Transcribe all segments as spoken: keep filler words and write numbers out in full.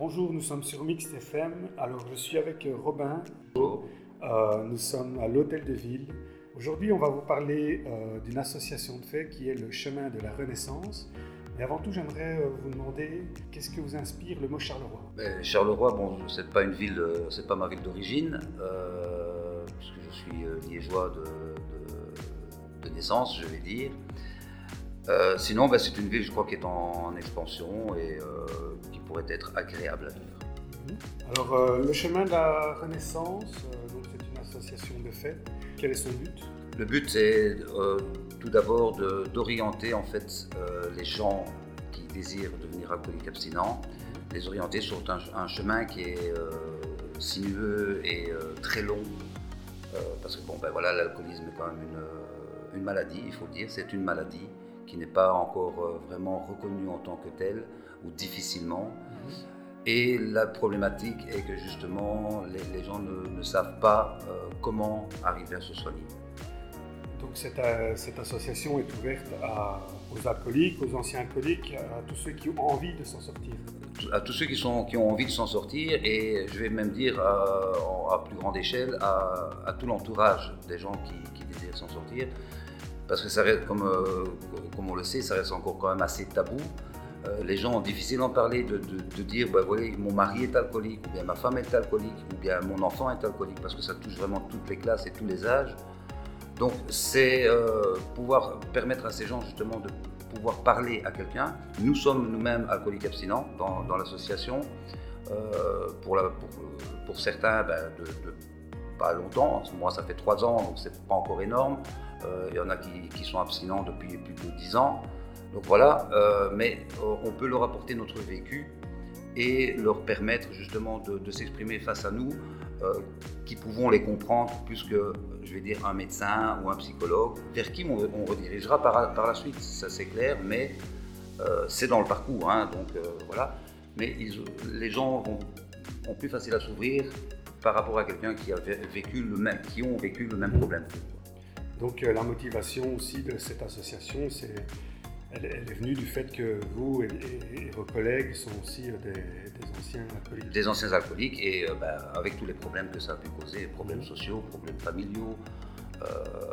Bonjour, nous sommes sur Mixte F M. Alors, je suis avec Robin. Bonjour. Euh, nous sommes à l'Hôtel de Ville. Aujourd'hui, on va vous parler euh, d'une association de fait qui est le Chemin de la Renaissance. Mais avant tout, j'aimerais euh, vous demander qu'est-ce que vous inspire le mot Charleroi? Ben, Charleroi, bon, c'est pas une ville, euh, c'est pas ma ville d'origine, euh, puisque je suis euh, liégeois de, de, de naissance, je vais dire. Euh, sinon, ben, c'est une ville, je crois, qui est en, en expansion et euh, qui pourrait être agréable à vivre. Alors, euh, le Chemin de la Renaissance, euh, donc c'est une association de fait. Quel est son but? Le but, c'est euh, tout d'abord de, d'orienter en fait euh, les gens qui désirent devenir alcooliques abstinents, les orienter sur un, un chemin qui est euh, sinueux et euh, très long, euh, parce que bon, ben voilà, l'alcoolisme est quand même une, une maladie, il faut le dire, c'est une maladie qui n'est pas encore euh, vraiment reconnue en tant que telle, ou difficilement. Mmh. Et la problématique est que justement, les, les gens ne, ne savent pas euh, comment arriver à se soigner. Donc cette, euh, cette association est ouverte à, aux alcooliques, aux anciens alcooliques, à tous ceux qui ont envie de s'en sortir. À tous ceux qui, sont, qui ont envie de s'en sortir, et je vais même dire à, à plus grande échelle à, à tout l'entourage des gens qui, qui désirent s'en sortir, parce que ça reste, comme, euh, comme on le sait, ça reste encore quand même assez tabou. Euh, les gens ont difficile d'en parler, de, de, de dire bah, voilà, mon mari est alcoolique, ou bien ma femme est alcoolique, ou bien mon enfant est alcoolique, parce que ça touche vraiment toutes les classes et tous les âges. Donc c'est euh, pouvoir permettre à ces gens justement de pouvoir parler à quelqu'un. Nous sommes nous-mêmes alcooliques abstinents dans, dans l'association. Euh, pour, la, pour, pour certains, ben, de, de pas longtemps. Moi, ça fait trois ans, donc c'est pas encore énorme. Euh, il y en a qui, qui sont abstinents depuis plus de dix ans. Donc voilà, euh, mais euh, on peut leur apporter notre vécu et leur permettre justement de, de s'exprimer face à nous, euh, qui pouvons les comprendre plus que, je vais dire, un médecin ou un psychologue, vers qui on, on redirigera par, par la suite, ça c'est clair, mais euh, c'est dans le parcours, hein, donc euh, voilà. Mais ils, les gens vont, ont plus facile à s'ouvrir par rapport à quelqu'un qui a vécu le même, qui ont vécu le même problème. Donc euh, la motivation aussi de cette association, c'est Elle, elle est venue du fait que vous et, et, et vos collègues sont aussi des, des anciens alcooliques. Des anciens alcooliques et euh, ben, avec tous les problèmes que ça a pu causer, problèmes mmh. sociaux, problèmes familiaux, euh,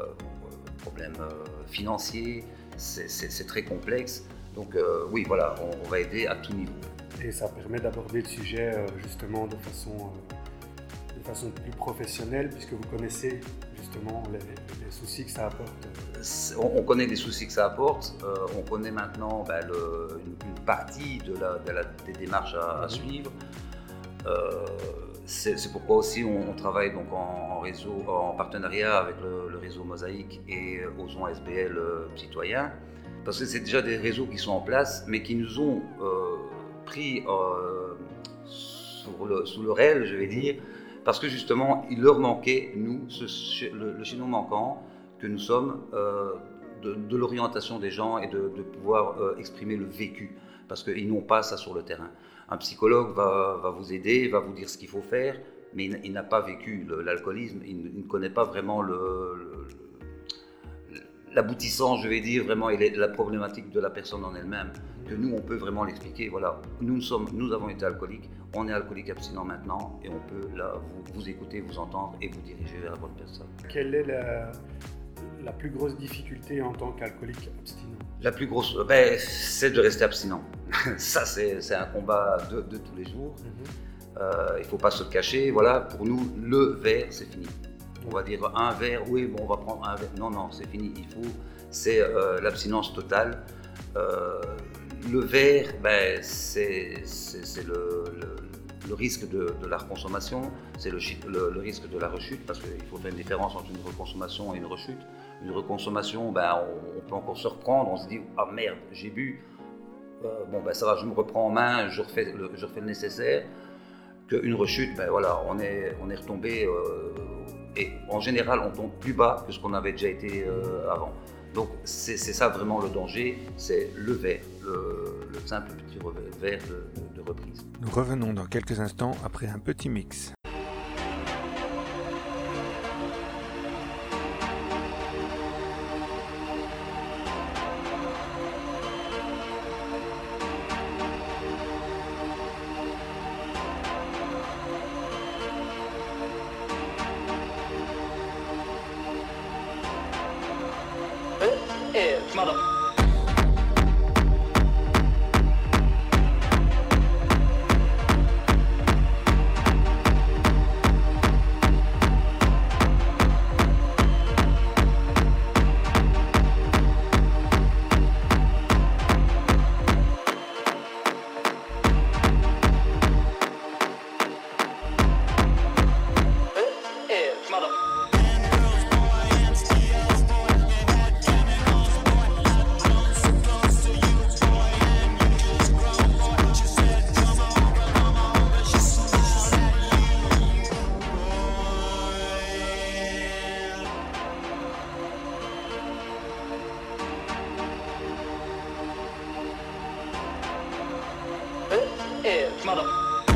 problèmes euh, financiers, c'est, c'est, c'est très complexe. Donc euh, oui, voilà, on, on va aider à tout niveau. Et ça permet d'aborder le sujet euh, justement de façon, euh, de façon plus professionnelle, puisque vous connaissez justement les, les soucis que ça apporte. On connaît les soucis que ça apporte, euh, on connaît maintenant ben, le, une, une partie de la, de la, des démarches à, à suivre. Euh, c'est, c'est pourquoi aussi on, on travaille donc en, en, réseau, en partenariat avec le, le réseau Mosaïque et Ozon S B L euh, Citoyen, parce que c'est déjà des réseaux qui sont en place, mais qui nous ont euh, pris euh, sur le, sous le réel, je vais dire, parce que justement il leur manquait, nous, ce, le, le chaînon manquant, que nous sommes, euh, de, de l'orientation des gens et de, de pouvoir euh, exprimer le vécu, parce qu'ils n'ont pas ça sur le terrain. Un psychologue va, va vous aider, va vous dire ce qu'il faut faire, mais il, il n'a pas vécu le, l'alcoolisme, il, il ne connaît pas vraiment le, le, l'aboutissant, je vais dire, vraiment, et la problématique de la personne en elle-même, que nous, on peut vraiment l'expliquer. Voilà, nous, nous, sommes, nous avons été alcooliques, on est alcoolique abstinent maintenant, et on peut là vous, vous écouter, vous entendre et vous diriger vers la bonne personne. Quelle est la... la plus grosse difficulté en tant qu'alcoolique abstinent? La plus grosse, ben, c'est de rester abstinent. Ça, c'est, c'est un combat de, de tous les jours. Mm-hmm. Euh, il ne faut pas se le cacher. Voilà, pour nous, le verre, c'est fini. On va dire un verre, oui, bon, on va prendre un verre. Non, non, c'est fini. Il faut, c'est euh, l'abstinence totale. Euh, le verre, ben, c'est, c'est, c'est le, le, le risque de, de la reconsommation, c'est le, le, le risque de la rechute, parce qu'il faut faire une différence entre une reconsommation et une rechute. Une reconsommation, ben, on, on peut encore se reprendre, on se dit ah merde, j'ai bu, euh, bon ben ça va, je me reprends en main, je refais le, je refais le nécessaire. Qu'une rechute, ben voilà, on est, on est retombé, euh, et en général on tombe plus bas que ce qu'on avait déjà été euh, avant. Donc c'est, c'est ça vraiment le danger, c'est le verre, le, le simple petit verre de, de, de reprise. Nous revenons dans quelques instants après un petit mix. is mother. Is mother.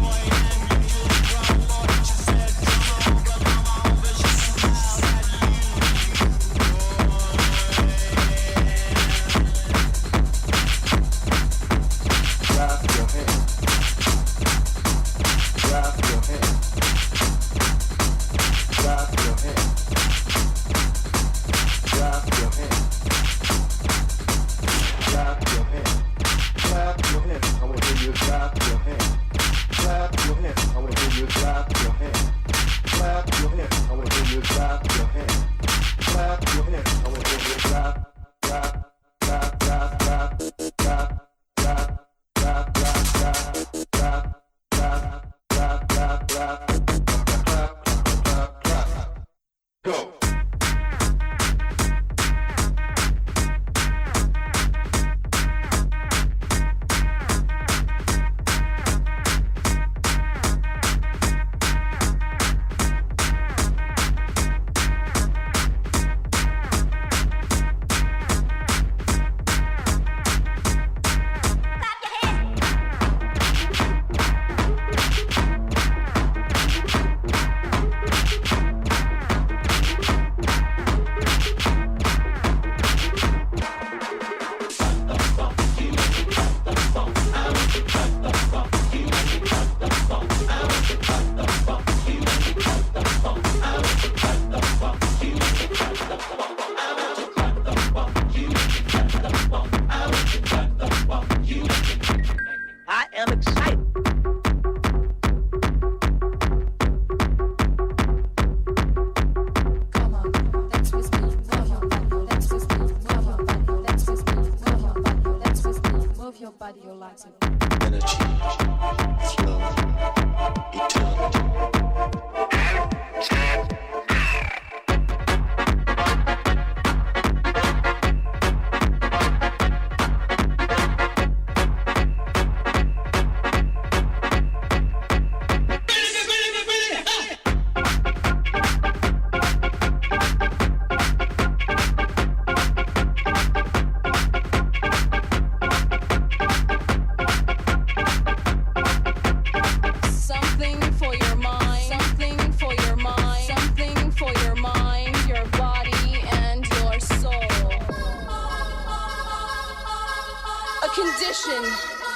Condition,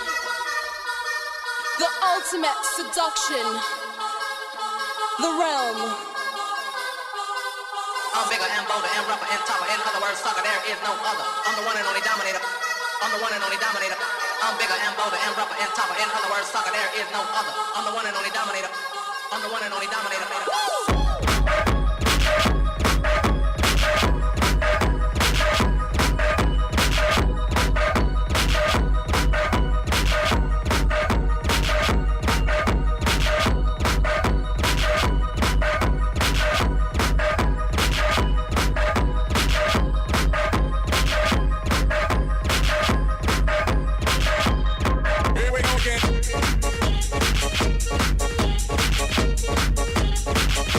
the ultimate seduction, the realm. I'm bigger and bolder and rougher and tougher. In other words, sucker, there is no other. I'm the one and only dominator. I'm the one and only dominator. I'm bigger and bolder and rougher and tougher. In other words, sucker, there is no other. I'm the one and only dominator. I'm the one and only dominator. Here we go again.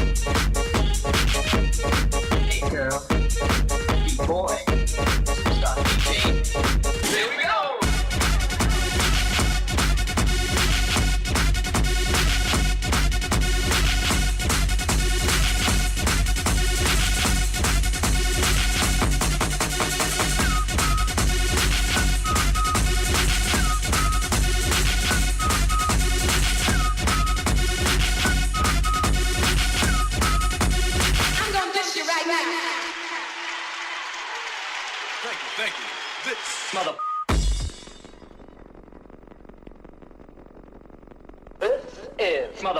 is mother.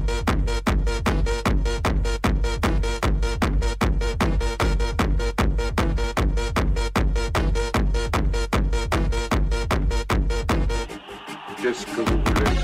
Qu'est-ce que vous voulez?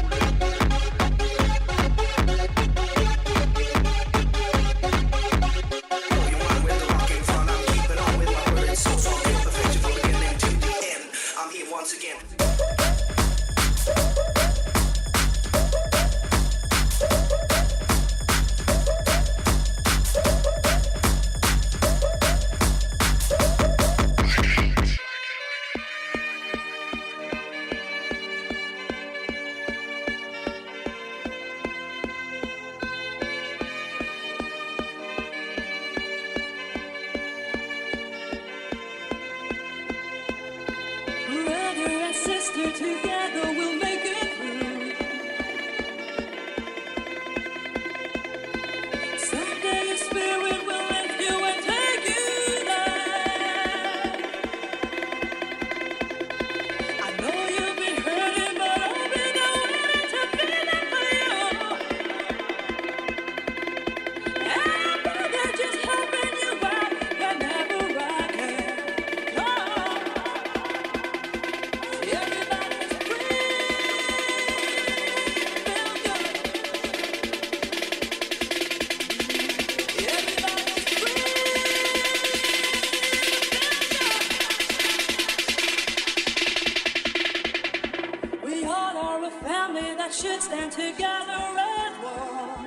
Together we'll make it through. Someday your spirit will lift you and take you there. I know you've been hurting, but I'll be there waiting to be there for you. And I know they're just helping you out whenever I can. Oh, everybody's free. We all are a family that should stand together as one,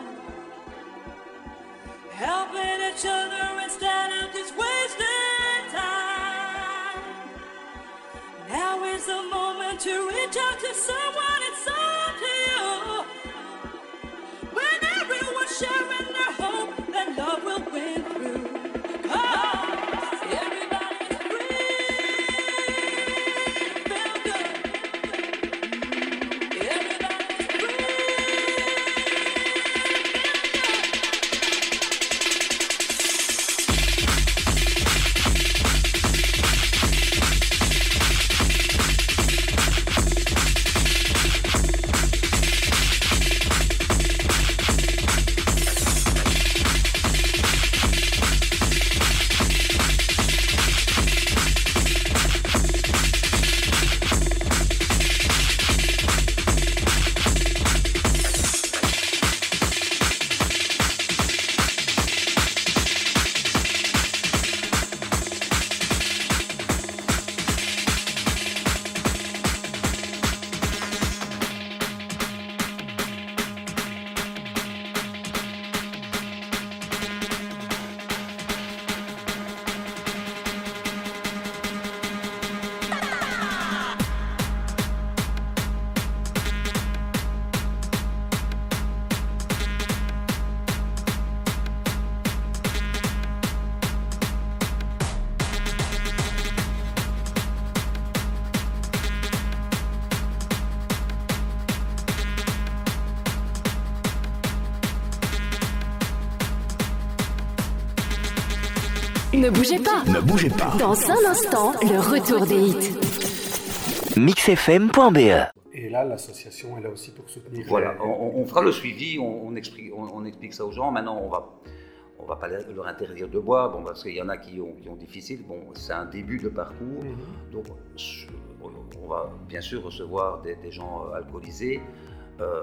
helping each other instead of just wasting time. Now is the moment to reach out to someone, it's up to you. When everyone's sharing their hope, then love will win through. 'Cause everybody's free. Feel good. Everybody's free. Ne bougez pas. Ne bougez pas. Dans un instant, le retour des hits. mixfm point b e. Et là, l'association est là aussi pour soutenir. Voilà, les- on, on fera le suivi, on, on explique, on, on explique ça aux gens. Maintenant, on va, on va pas leur interdire de boire, bon, parce qu'il y en a qui ont, qui ont difficile. Bon, c'est un début de parcours, Mhm. donc je- on va bien sûr recevoir des, des gens euh, alcoolisés. Euh,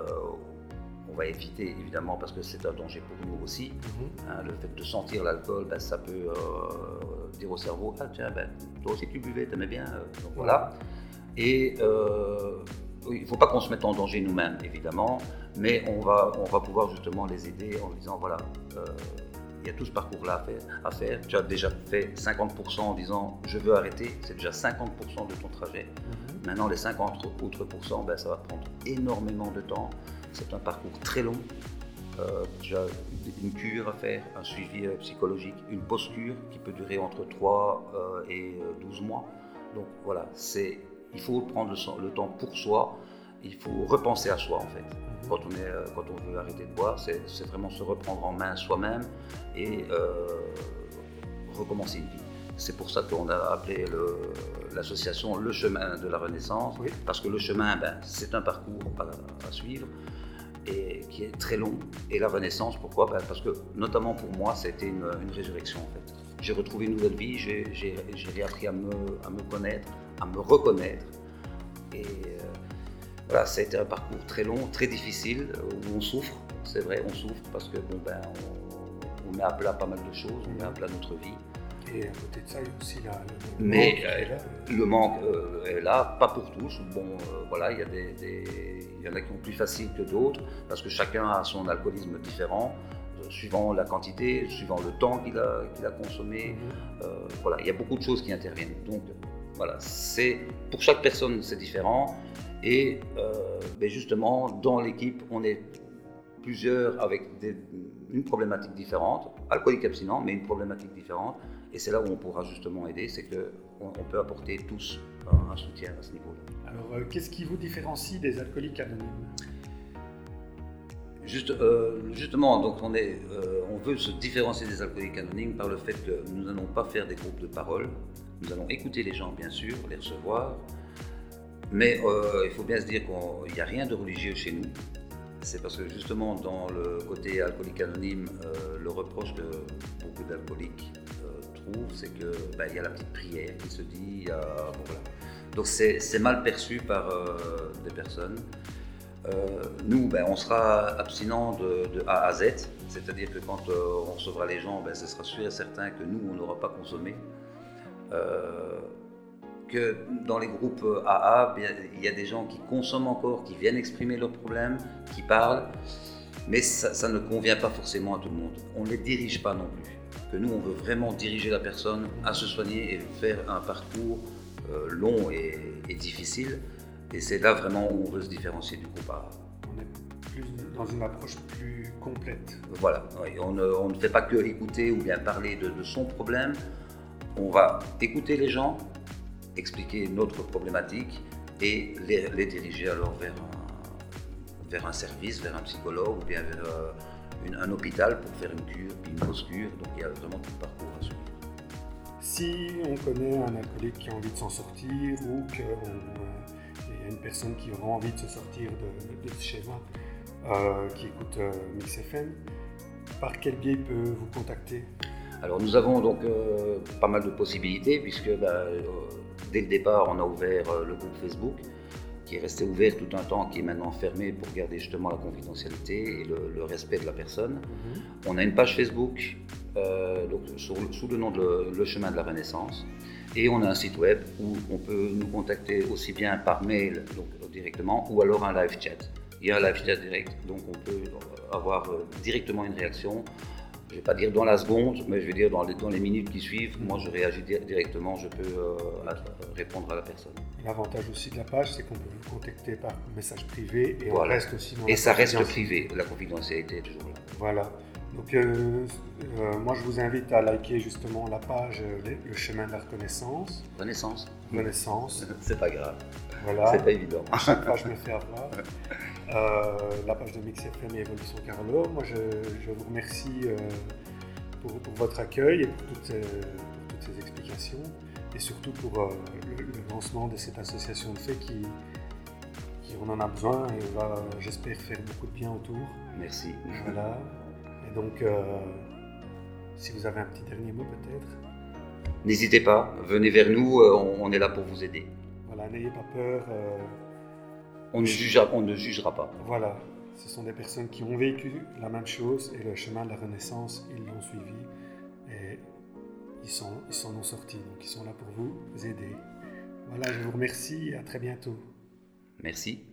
on va éviter évidemment parce que c'est un danger pour nous aussi. Mhm. Hein, le fait de sentir l'alcool, ben, ça peut euh, dire au cerveau, ah tiens, ben, toi aussi tu buvais, t'aimais bien. euh, donc voilà. Et euh, oui, il ne faut pas qu'on se mette en danger nous-mêmes, évidemment, mais on va, on va pouvoir justement les aider en disant, voilà, euh, il y a tout ce parcours-là à faire, à faire. Tu as déjà fait cinquante pour cent en disant, je veux arrêter, c'est déjà cinquante pour cent de ton trajet. Mhm. Maintenant, les cinquante autres pourcents, ben, ça va prendre énormément de temps. C'est un parcours très long. Euh, tu as une cure à faire, un suivi euh, psychologique, une posture qui peut durer entre trois euh, et douze mois. Donc voilà, c'est, il faut prendre le, le temps pour soi, il faut repenser à soi en fait. Mhm. Quand on, est, euh, quand on veut arrêter de boire, c'est, c'est vraiment se reprendre en main soi-même et euh, recommencer une vie. C'est pour ça qu'on a appelé le, l'association Le Chemin de la Renaissance, Oui. parce que le chemin, ben, c'est un parcours à, à suivre. et qui est très long. Et la renaissance, pourquoi? Ben parce que, notamment pour moi, c'était une, une résurrection en fait. J'ai retrouvé une nouvelle vie, j'ai, j'ai, j'ai réappris à me, à me connaître, à me reconnaître. Et euh, voilà, ça a été un parcours très long, très difficile, où on souffre, c'est vrai, on souffre parce que bon, ben, on, on met à plat pas mal de choses, on met à plat notre vie. Et à côté de ça, il y a aussi la, le, le Mais manque. euh, qui est là. le manque euh, est là, pas pour tous. Bon, euh, voilà, il y a des, des, il y en a qui ont plus facile que d'autres, parce que chacun a son alcoolisme différent, euh, suivant la quantité, suivant le temps qu'il a, qu'il a consommé. Mm-hmm. euh, voilà, il y a beaucoup de choses qui interviennent. Donc, voilà, c'est, pour chaque personne, c'est différent. Et euh, ben justement, dans l'équipe, on est plusieurs avec des, une problématique différente, alcoolique abstinent, mais une problématique différente. Et c'est là où on pourra justement aider, c'est qu'on on peut apporter tous un, un soutien à ce niveau-là. Alors, euh, qu'est-ce qui vous différencie des alcooliques anonymes? Juste, euh, justement, donc on, est, euh, on veut se différencier des alcooliques anonymes par le fait que nous n'allons pas faire des groupes de parole. Nous allons écouter les gens, bien sûr, les recevoir. Mais euh, il faut bien se dire qu'il n'y a rien de religieux chez nous. C'est parce que justement, dans le côté alcoolique anonyme, euh, le reproche que beaucoup d'alcooliques trouve, c'est que ben, y a la petite prière qui se dit, euh, bon, voilà. Donc c'est, c'est mal perçu par euh, des personnes. Euh, nous, ben, on sera abstinent de, de A à Z, c'est-à-dire que quand euh, on recevra les gens, ben, ce sera sûr et certain que nous, on n'aura pas consommé. Euh, que dans les groupes A A, il y a des gens qui consomment encore, qui viennent exprimer leurs problèmes, qui parlent, mais ça, ça ne convient pas forcément à tout le monde. On ne les dirige pas non plus. Que nous, on veut vraiment diriger la personne à se soigner et faire un parcours euh, long et, et difficile. Et c'est là vraiment où on veut se différencier du groupe A A. On est plus dans une approche plus complète. Voilà, oui, on, ne, on ne fait pas que écouter ou bien parler de, de son problème. On va écouter les gens, expliquer notre problématique et les, les diriger alors vers un, vers un service, vers un psychologue ou bien vers euh, une, un hôpital pour faire une cure, puis une fausse cure. Donc il y a vraiment tout le parcours à suivre. Si on connaît un alcoolique qui a envie de s'en sortir ou qu'il y a une personne qui aura envie de se sortir de, de, de ce schéma, euh, qui écoute euh, Mix F M, par quel biais il peut vous contacter? Alors nous avons donc euh, pas mal de possibilités puisque bah, euh, dès le départ on a ouvert euh, le groupe Facebook qui est resté ouvert tout un temps, qui est maintenant fermé pour garder justement la confidentialité et le, le respect de la personne. Mm-hmm. On a une page Facebook euh, donc, sur, sous le nom de le, le Chemin de la Renaissance et on a un site web où on peut nous contacter aussi bien par mail donc, directement ou alors un live chat. Il y a un live chat direct donc on peut avoir euh, directement une réaction. Je ne vais pas dire dans la seconde, mais je vais dire dans les, dans les minutes qui suivent. Moi, je réagis di- directement, je peux euh, répondre à la personne. L'avantage aussi de la page, c'est qu'on peut vous contacter par message privé et voilà. on reste aussi dans Et la ça reste privé, la confidentialité est toujours là. Voilà. Donc, euh, euh, moi, je vous invite à liker justement la page euh, Le Chemin de la Reconnaissance. Renaissance. Renaissance. C'est pas grave. Voilà. C'est pas évident. À chaque fois, je me fais avoir. Euh, la page de Mix F M et Évolution Carlo. Moi, je, je vous remercie euh, pour, pour votre accueil et pour toutes, ces, pour toutes ces explications et surtout pour euh, le, le lancement de cette association de fait qui, qui on en a besoin et va, j'espère, faire beaucoup de bien autour. Merci. Voilà. Et donc, euh, si vous avez un petit dernier mot peut-être. N'hésitez pas, venez vers nous, on, on est là pour vous aider. Voilà, n'ayez pas peur. Euh, On ne, jugera, on ne jugera pas. Voilà, ce sont des personnes qui ont vécu la même chose et le chemin de la Renaissance, ils l'ont suivi et ils s'en ils sont sortis. Donc ils sont là pour vous aider. Voilà, je vous remercie et à très bientôt. Merci.